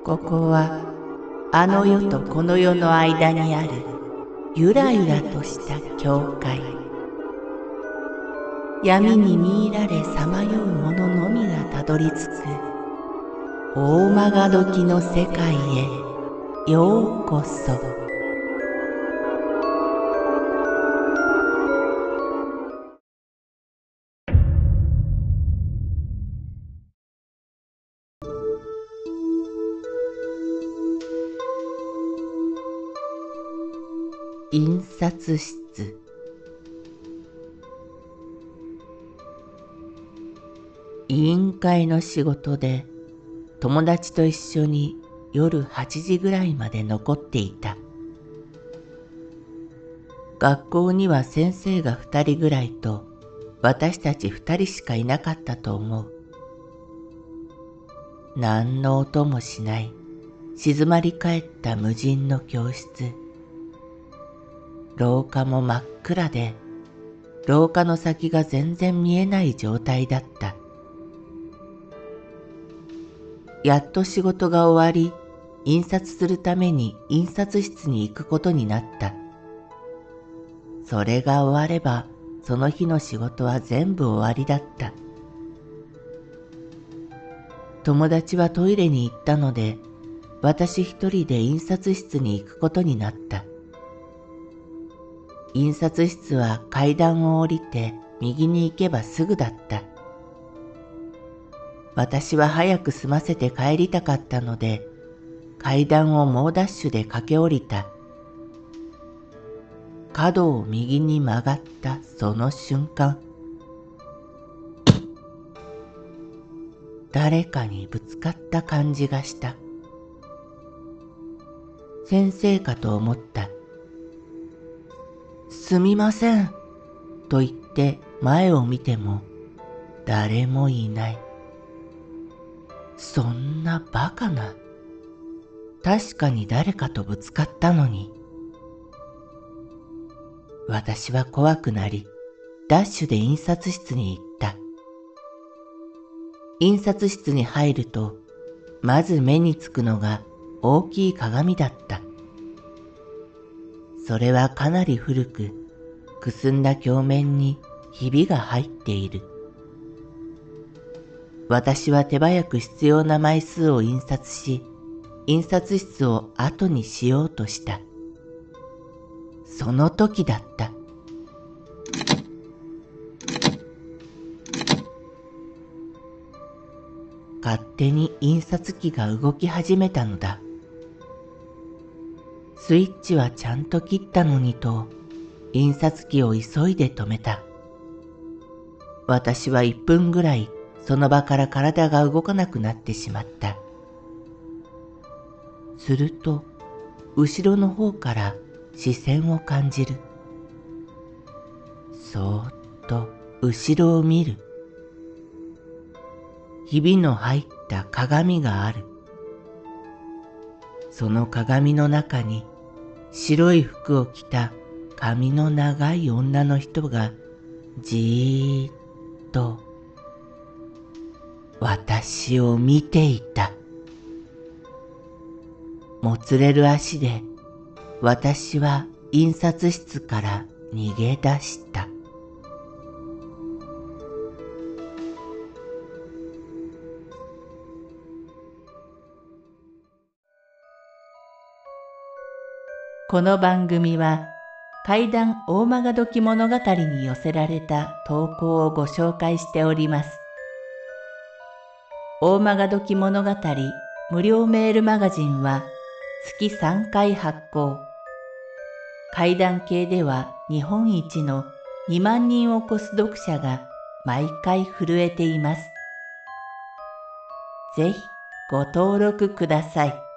ここはあの世とこの世の間にあるゆらゆらとした境界。闇に見入られさまよう者のみがたどり着く大曲どきの世界へようこそ。印刷室。委員会の仕事で友達と一緒に夜8時ぐらいまで残っていた。学校には先生が2人ぐらいと私たち2人しかいなかったと思う。何の音もしない静まり返った無人の教室。廊下も真っ暗で、廊下の先が全然見えない状態だった。やっと仕事が終わり、印刷するために印刷室に行くことになった。それが終われば、その日の仕事は全部終わりだった。友達はトイレに行ったので、私一人で印刷室に行くことになった。印刷室は階段を降りて右に行けばすぐだった。私は早く済ませて帰りたかったので、階段を猛ダッシュで駆け下りた。角を右に曲がったその瞬間、誰かにぶつかった感じがした。先生かと思った。すみません、と言って前を見ても誰もいない。そんなバカな。確かに誰かとぶつかったのに。私は怖くなり、ダッシュで印刷室に行った。印刷室に入ると、まず目につくのが大きい鏡だった。それはかなり古く、くすんだ鏡面にひびが入っている。私は手早く必要な枚数を印刷し、印刷室を後にしようとした。その時だった。勝手に印刷機が動き始めたのだ。スイッチはちゃんと切ったのにと、印刷機を急いで止めた。私は1分ぐらいその場から体が動かなくなってしまった。すると、後ろの方から視線を感じる。そーっと後ろを見る。ひびの入った鏡がある。その鏡の中に白い服を着た髪の長い女の人がじーっと私を見ていた。もつれる足で私は印刷室から逃げ出した。この番組は怪談大曲どき物語に寄せられた投稿をご紹介しております。大曲どき物語無料メールマガジンは月3回発行。怪談系では日本一の2万人を超す読者が毎回震えています。ぜひご登録ください。